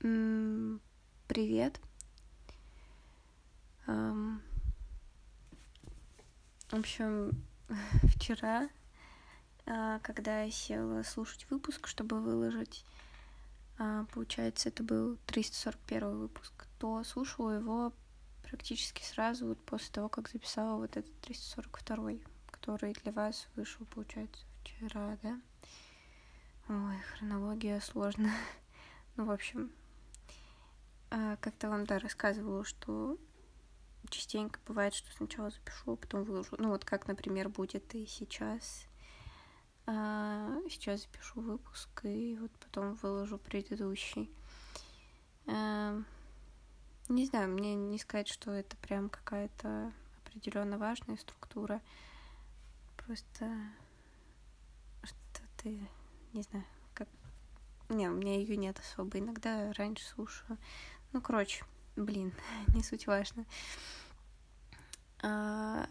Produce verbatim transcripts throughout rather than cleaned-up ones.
М, Привет. Ам, В общем, вчера, а, когда я села слушать выпуск, чтобы выложить, а, получается, это был триста сорок первый выпуск, то слушала его практически сразу вот после того, как записала вот этот триста сорок второй, который для вас вышел, получается, вчера, да? Ой, хронология сложная. Ну, в общем, а, как-то вам, да, рассказывала, что частенько бывает, что сначала запишу, а потом выложу. Ну, вот как, например, будет и сейчас. А, сейчас запишу выпуск и вот потом выложу предыдущий. А, не знаю, мне не сказать, что это прям какая-то определенно важная структура. Просто что-то, не знаю, как... Не, у меня ее нет особо. Иногда раньше слушаю. Ну, короче, блин, не суть важно. А,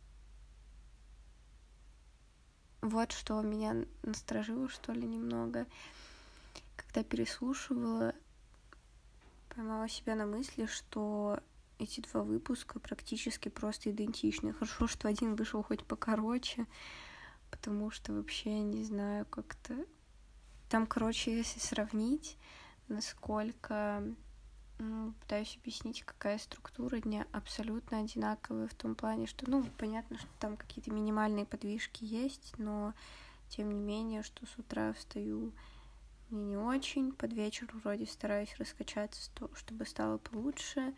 Вот что меня насторожило, что ли, немного. Когда переслушивала, поймала себя на мысли, что эти два выпуска практически просто идентичны. Хорошо, что один вышел хоть покороче, потому что вообще не знаю, как-то... Там, короче, если сравнить, насколько... Ну, пытаюсь объяснить, какая структура дня абсолютно одинаковая в том плане, что, ну, понятно, что там какие-то минимальные подвижки есть, но тем не менее, что с утра встаю мне не очень, под вечер вроде стараюсь раскачаться, чтобы стало получше,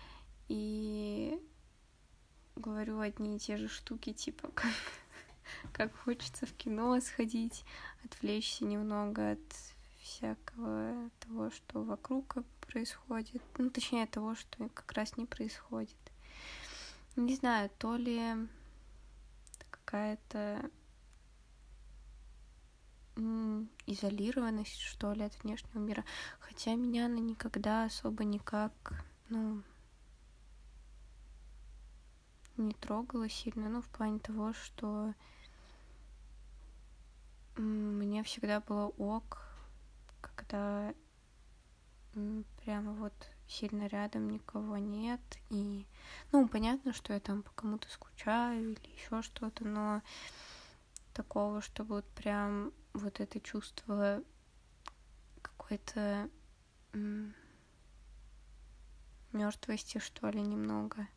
и говорю одни и те же штуки, типа, как, как хочется в кино сходить, отвлечься немного от всякого того, что вокруг происходит, ну, точнее, того, что как раз не происходит. Не знаю, то ли какая-то изолированность, что ли, от внешнего мира. Хотя меня она никогда особо никак, ну, не трогала сильно, ну, в плане того, что мне всегда было ок, когда прямо вот сильно рядом никого нет, и, ну, понятно, что я там по кому-то скучаю или еще что-то, но такого, чтобы вот прям вот это чувство какой-то м- мертвости, что ли, немного.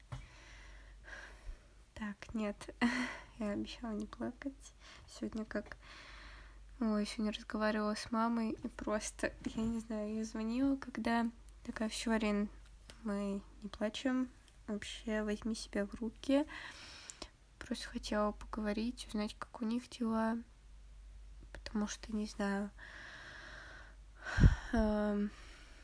Так, нет, я обещала не плакать. Сегодня как... Ой, сегодня разговаривала с мамой, и просто, я не знаю, я звонила, когда такая, все, Арин, мы не плачем, вообще возьми себя в руки. Просто хотела поговорить, узнать, как у них дела, потому что, не знаю, эм...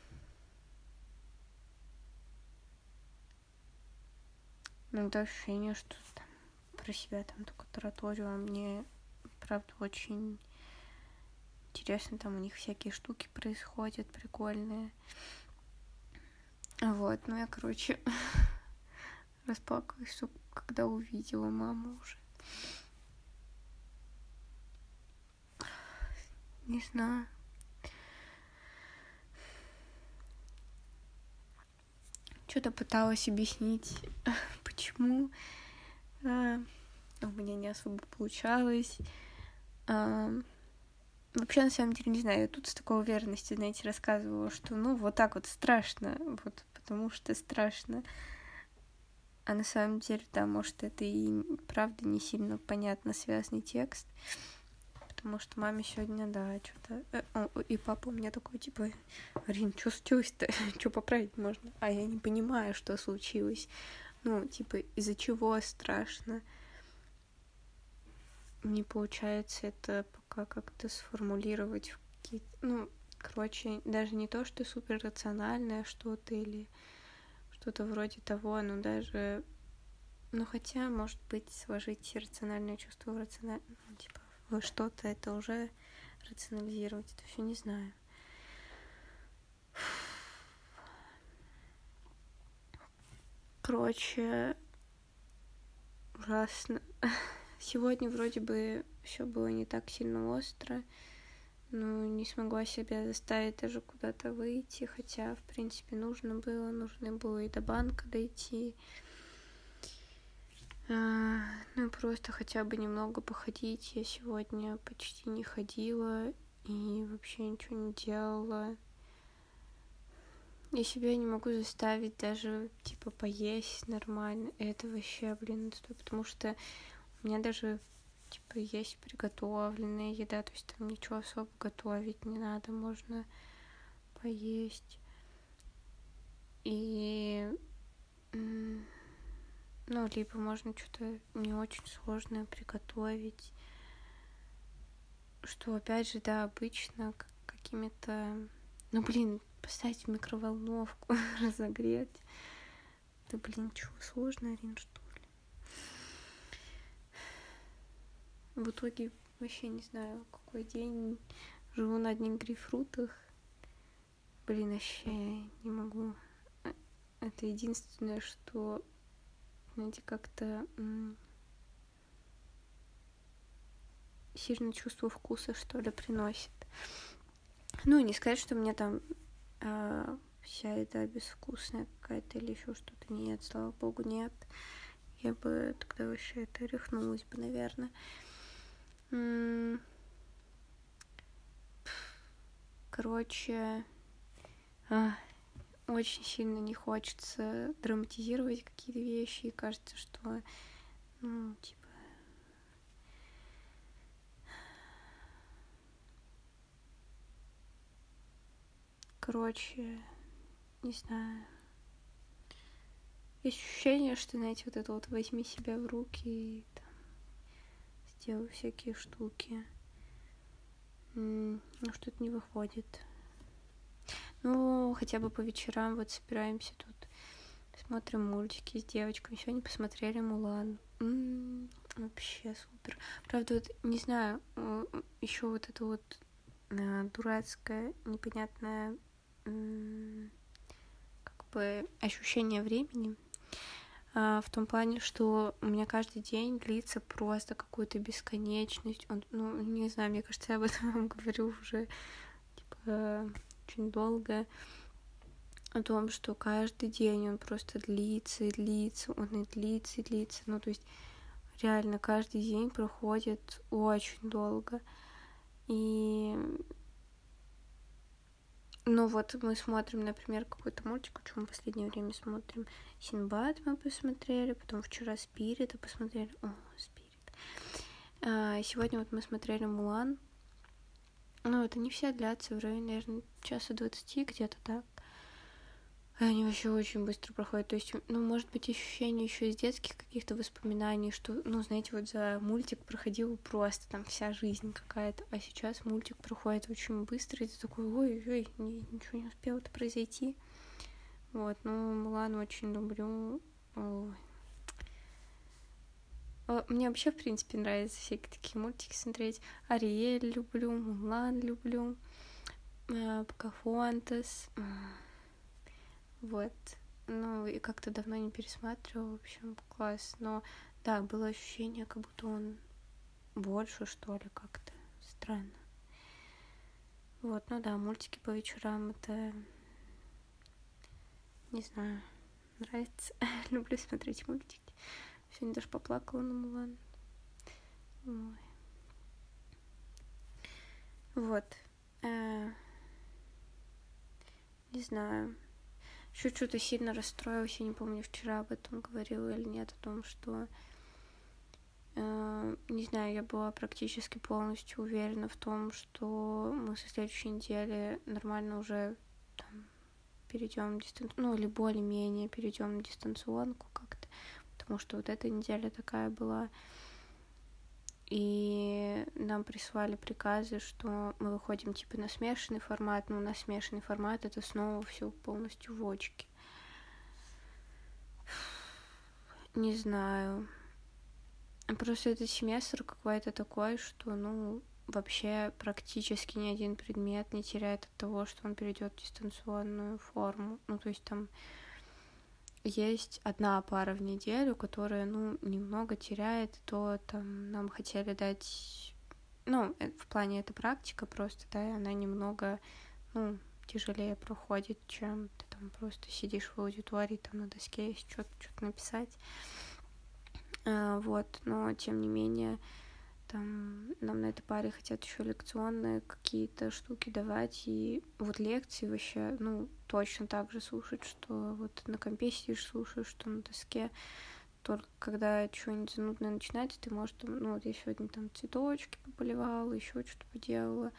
иногда ощущение, что там про себя там только тараторю, а мне, правда, очень интересно, там у них всякие штуки происходят прикольные. Вот, ну я, короче, расплакалась, что когда увидела маму уже. Не знаю. Что-то пыталась объяснить, почему а, у меня не особо получалось. А, вообще, на самом деле, не знаю, я тут с такой уверенностью, знаете, рассказывала, что, ну, вот так вот страшно, вот потому что страшно. А на самом деле, да, может, это и правда не сильно понятно связанный текст, потому что маме сегодня, да, что-то... И папа у меня такой, типа, Арин, что случилось-то? Что поправить можно? А я не понимаю, что случилось. Ну, типа, из-за чего страшно. Не получается это пока как-то сформулировать в какие-то... Ну, короче, даже не то, что супер рациональное что-то или что-то вроде того, но даже... Ну, хотя, может быть, сложить рациональное чувство в рациональное... Ну, типа, во что-то это уже рационализировать. Это все не знаю. Короче, ужасно. Сегодня вроде бы все было не так сильно остро, ну, не смогла себя заставить даже куда-то выйти, хотя, в принципе, нужно было, нужно было и до банка дойти. А, ну, просто хотя бы немного походить. Я сегодня почти не ходила и вообще ничего не делала. Я себя не могу заставить даже, типа, поесть нормально. Это вообще, блин, отстой, потому что у меня даже, типа, есть приготовленная еда, то есть там ничего особо готовить не надо, можно поесть. И, ну, либо можно что-то не очень сложное приготовить, что, опять же, да, обычно какими-то... Ну, блин, поставить в микроволновку, разогреть. Да, блин, чего, сложно, Арин, что ли? В итоге вообще не знаю, какой день живу на одних грейпфрутах. Блин, вообще не могу. Это единственное, что, знаете, как-то м- сильно чувство вкуса, что ли, приносит. Ну, не сказать, что мне там э, вся еда безвкусная какая-то или еще что-то. Нет, слава богу, нет. Я бы тогда вообще это рехнулась бы, наверное. М- Короче, а, очень сильно не хочется драматизировать какие-то вещи, и кажется, что, ну, типа, короче, не знаю. Есть ощущение, что, знаете, вот это вот возьми себя в руки и там сделай всякие штуки. М, Ну, что-то не выходит. Ну, хотя бы по вечерам вот собираемся тут, смотрим мультики с девочками. Сегодня посмотрели «Мулан». М, Вообще супер. Правда, вот не знаю, еще вот это вот э, дурацкое, непонятное м, как бы ощущение времени, а, в том плане, что у меня каждый день длится просто какую-то бесконечность. Он, ну, не знаю, мне кажется, я об этом вам говорю уже типа очень долго. О том, что каждый день он просто длится и длится, он и длится и длится. Ну, то есть реально каждый день проходит очень долго. И ну вот мы смотрим, например, какой-то мультик, что мы в последнее время смотрим. Синбад мы посмотрели, потом вчера Спирита посмотрели. О, Спирит. А, сегодня вот мы смотрели Мулан. Ну, это не все длятся в районе, наверное, часа двадцати, где-то так. И они вообще очень быстро проходят. То есть, ну, может быть, ощущение еще из детских каких-то воспоминаний, что, ну, знаете, вот за мультик проходила просто там вся жизнь какая-то, а сейчас мультик проходит очень быстро, и ты такой, ой-ой, ничего не успело-то произойти. Вот, ну, Мулан очень люблю. Ой. Мне вообще, в принципе, нравятся всякие такие мультики смотреть. Ариэль люблю, Мулан люблю, Покахонтас. Вот. Ну, и как-то давно не пересматривала, в общем, класс. Но, да, было ощущение, как будто он больше, что ли, как-то странно. Вот, ну да, мультики по вечерам, это, не знаю, нравится. Люблю смотреть мультики. Сегодня даже поплакала на Мулан. Ой. Вот. А, не знаю. Еще что-то сильно расстроилась, я не помню, вчера об этом говорила или нет, о том, что не знаю, я была практически полностью уверена в том, что мы со следующей недели нормально уже там перейдем дистанционно, ну или более-менее перейдем на дистанционку как-то, потому что вот эта неделя такая была, и нам прислали приказы, что мы выходим типа на смешанный формат, но у нас смешанный формат, это снова все полностью в очке. Не знаю. Просто этот семестр какой-то такой, что, ну, вообще практически ни один предмет не теряет от того, что он перейдет в дистанционную форму. Ну, то есть там есть одна пара в неделю, которая, ну, немного теряет, то там нам хотели дать Ну, в плане это практика просто, да, она немного, ну, тяжелее проходит, чем ты там просто сидишь в аудитории, там на доске есть что-то, что-то написать. А, вот, но тем не менее, там нам на этой паре хотят еще лекционные какие-то штуки давать, и вот лекции вообще, ну, точно так же слушать, что вот на компе сидишь, слушаешь, что на доске. Только когда что-нибудь занудное начинается, ты можешь там, ну, вот я сегодня там цветочки пополивала, еще что-то поделала.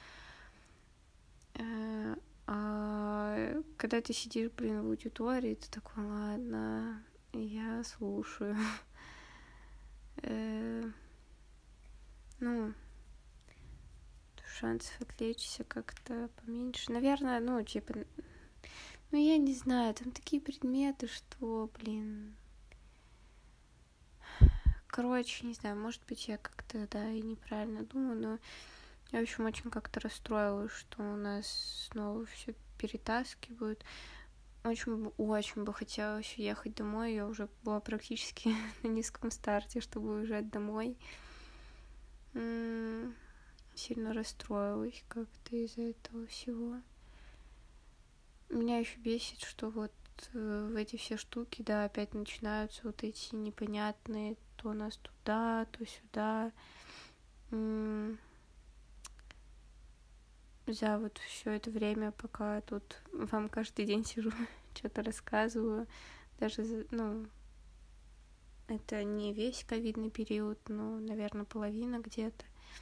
А когда ты сидишь, блин, в аудитории, ты такой, ладно, я слушаю. Ну, шансов отвлечься как-то поменьше. Наверное, ну, типа, ну, я не знаю, там такие предметы, что, блин... Короче, не знаю, может быть, я как-то, да, и неправильно думаю, но я, в общем, очень как-то расстроилась, что у нас снова все перетаскивают. Очень, очень бы хотелось уехать домой. Я уже была практически на низком старте, чтобы уезжать домой. М-м, сильно расстроилась как-то из-за этого всего. Меня еще бесит, что вот э, в эти все штуки, да, опять начинаются вот эти непонятные то нас туда, то сюда. М-м, за вот все это время, пока тут вам каждый день сижу, что-то рассказываю, даже, ну, это не весь ковидный период, но, наверное, половина где-то.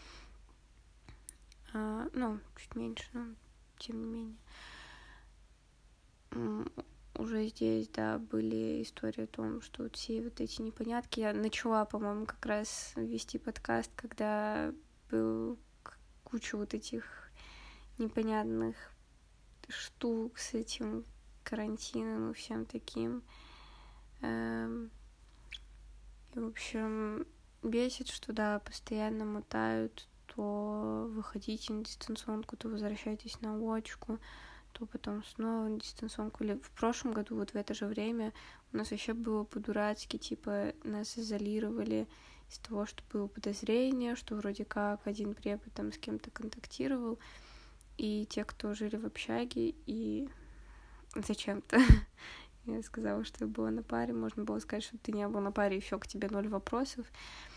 А, ну, чуть меньше, но тем не менее. М, уже здесь, да, были истории о том, что вот все вот эти непонятки. Я начала, по-моему, как раз вести подкаст, когда был куча вот этих непонятных штук с этим карантином и всем таким. Эм, и, в общем, бесит, что, да, постоянно мотают, то выходите на дистанционку, то возвращайтесь на очку, то потом снова на дистанционку. Или в прошлом году, вот в это же время, у нас вообще было по-дурацки, типа, нас изолировали из того, что было подозрение, что вроде как один препод там с кем-то контактировал, и те, кто жили в общаге, и зачем-то я сказала, что я была на паре, можно было сказать, что ты не был на паре, и все, к тебе ноль вопросов.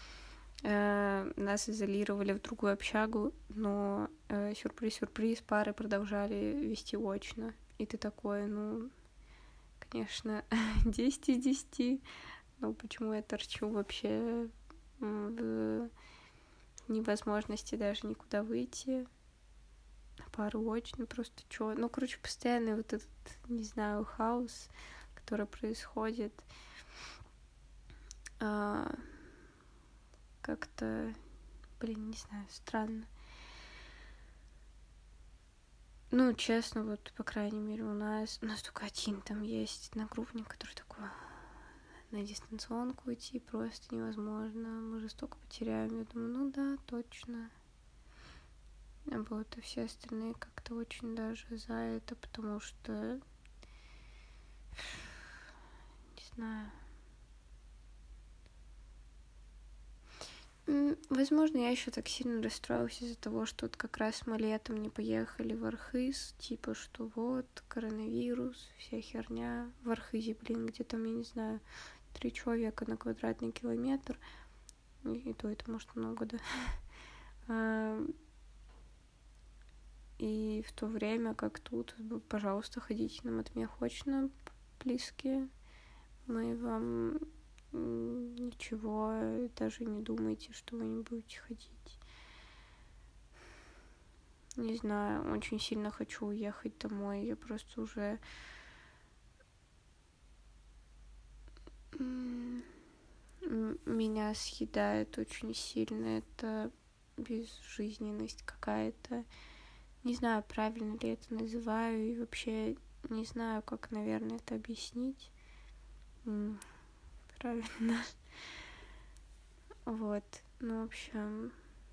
Нас изолировали в другую общагу, но сюрприз-сюрприз, пары продолжали вести очно. И ты такой, ну, конечно, десять из десяти, но почему я торчу вообще в невозможности даже никуда выйти? Пары очно, просто чё? Ну, короче, постоянный вот этот, не знаю, хаос, который происходит. Как-то, блин, не знаю, странно. Ну, честно, вот, по крайней мере, у нас, у нас только один там есть одногруппник, который такой, на дистанционку идти просто невозможно, мы же столько потеряем. Я думаю, ну да, точно. А вот, а все остальные как-то очень даже за это, потому что, не знаю. Возможно, я еще так сильно расстроилась из-за того, что вот как раз мы летом не поехали в Архыз, типа, что вот, коронавирус, вся херня. В Архызе, блин, где там, я не знаю, три человека на квадратный километр. И, и то это, может, много, да. И в то время, как тут, пожалуйста, ходите на матмех очно, близкие. Мы вам... ничего, даже не думайте, что вы не будете ходить. Не знаю, очень сильно хочу уехать домой. Я просто уже... Меня съедает очень сильно эта безжизненность какая-то. Не знаю, правильно ли это называю, и вообще не знаю, как, наверное, это объяснить. Правильно. Вот. Ну, в общем...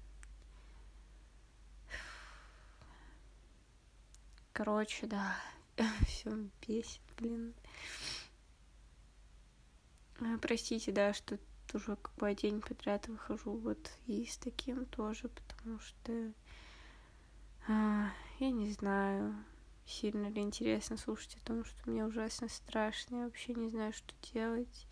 Короче, да. Все бесит, блин. Простите, да, что уже какой день подряд выхожу вот и с таким тоже, потому что а, я не знаю, сильно ли интересно слушать о том, что мне ужасно страшно, я вообще не знаю, что делать.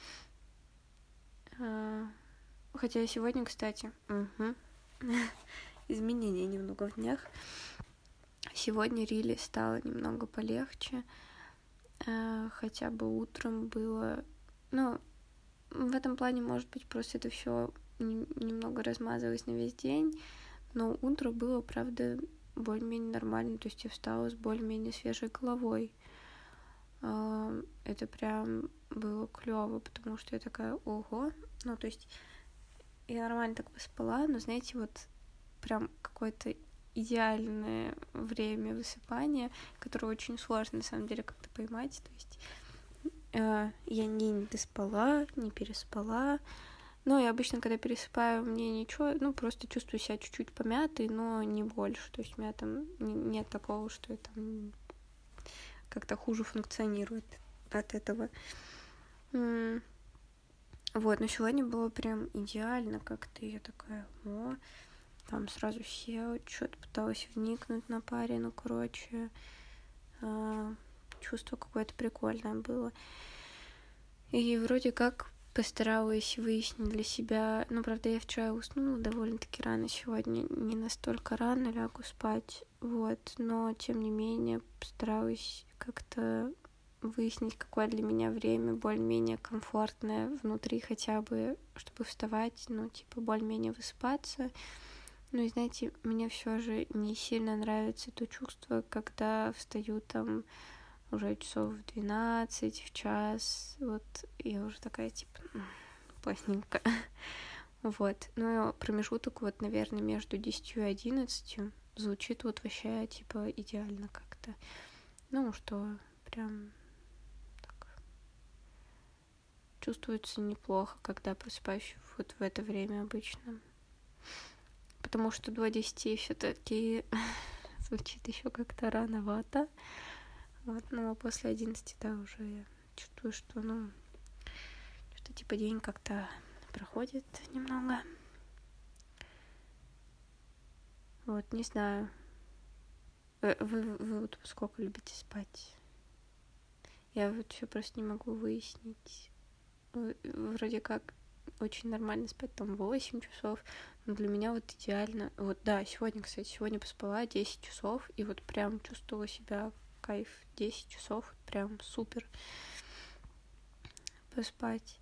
А, хотя сегодня, кстати, угу. изменения немного в днях. Сегодня Риле стало немного полегче, а, хотя бы утром было, ну, в этом плане, может быть, просто это все немного размазалось на весь день, но утро было, правда, более-менее нормально, то есть я встала с более-менее свежей головой. Это прям было клево, потому что я такая, ого, ну, то есть я нормально так поспала, но, знаете, вот прям какое-то идеальное время высыпания, которое очень сложно, на самом деле, как-то поймать, то есть э, я не доспала, не переспала, но я обычно, когда пересыпаю, мне ничего, ну, просто чувствую себя чуть-чуть помятой, но не больше, то есть у меня там нет такого, что я там как-то хуже функционирует от этого. Вот, но сегодня было прям идеально как-то, я такая, о, там сразу села, что-то пыталась вникнуть на паре, ну, короче, э, чувство какое-то прикольное было. И вроде как постаралась выяснить для себя, ну, правда, я вчера уснула довольно-таки рано, сегодня не настолько рано лягу спать, вот, но, тем не менее, постаралась как-то выяснить, какое для меня время более-менее комфортное внутри хотя бы, чтобы вставать, ну, типа, более-менее высыпаться. Ну, и, знаете, мне все же не сильно нравится то чувство, когда встаю там уже часов в двенадцать, в час, вот, я уже такая, типа, поздненько. Вот, ну, промежуток вот, наверное, между десятью и одиннадцатью звучит вот вообще, типа, идеально как-то. Ну, что прям чувствуется неплохо, когда просыпаюсь вот в это время обычно. Потому что до десяти все-таки звучит еще как-то рановато. Вот, но после одиннадцати, да, уже я чувствую, что, ну, что типа день как-то проходит немного. Вот, не знаю. Вы, вы, вы вот сколько любите спать? Я вот все просто не могу выяснить. Вроде как очень нормально спать там восемь часов, но для меня вот идеально. Вот да, сегодня, кстати, сегодня поспала десять часов, и вот прям чувствовала себя кайф. десять часов, прям супер поспать.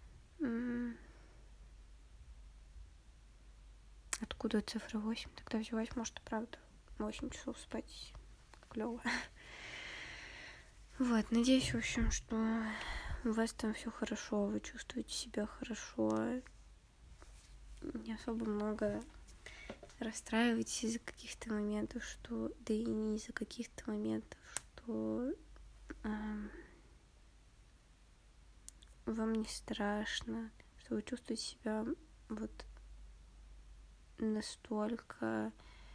Откуда цифра восемь тогда взялась? Может, и правда восемь часов спать клево. Вот, надеюсь, в общем, что у вас там все хорошо, вы чувствуете себя хорошо, не особо много расстраиваетесь из-за каких-то моментов, что, да и не из-за каких-то моментов, что э, вам не страшно, что вы чувствуете себя вот настолько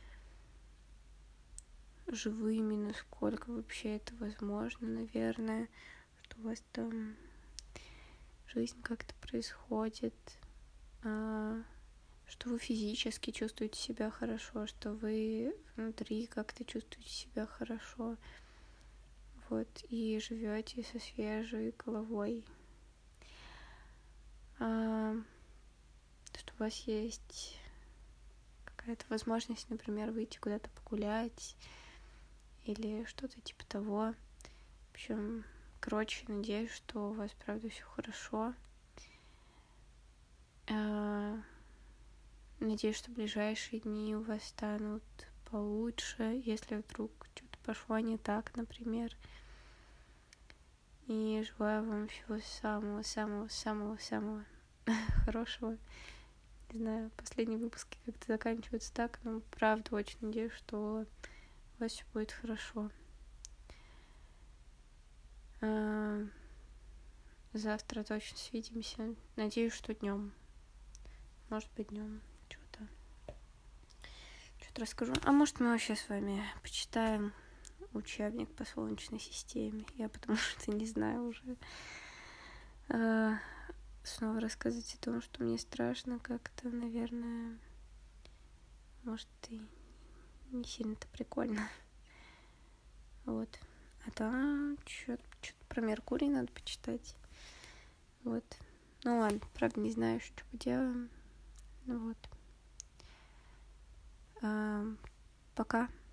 живыми, насколько вообще это возможно, наверное, что у вас там жизнь как-то происходит, а, что вы физически чувствуете себя хорошо, что вы внутри как-то чувствуете себя хорошо, вот, и живете со свежей головой, а, что у вас есть какая-то возможность, например, выйти куда-то погулять или что-то типа того. В общем, короче, надеюсь, что у вас, правда, все хорошо. Надеюсь, что ближайшие дни у вас станут получше, если вдруг что-то пошло не так, например. И желаю вам всего самого-самого-самого-самого хорошего. Не знаю, последние выпуски как-то заканчиваются так, но правда очень надеюсь, что у вас все будет хорошо. Завтра точно свидимся. Надеюсь, что днем. Может быть, днем что-то. Что-то расскажу. А может, мы вообще с вами почитаем учебник по Солнечной системе. Я потому что не знаю уже. снова рассказывать о том, что мне страшно, как-то, наверное, может, и не сильно-то прикольно. Вот. А там что-то про Меркурий надо почитать. Вот. Ну ладно, правда, не знаю, что поделаем. Ну вот. А, пока.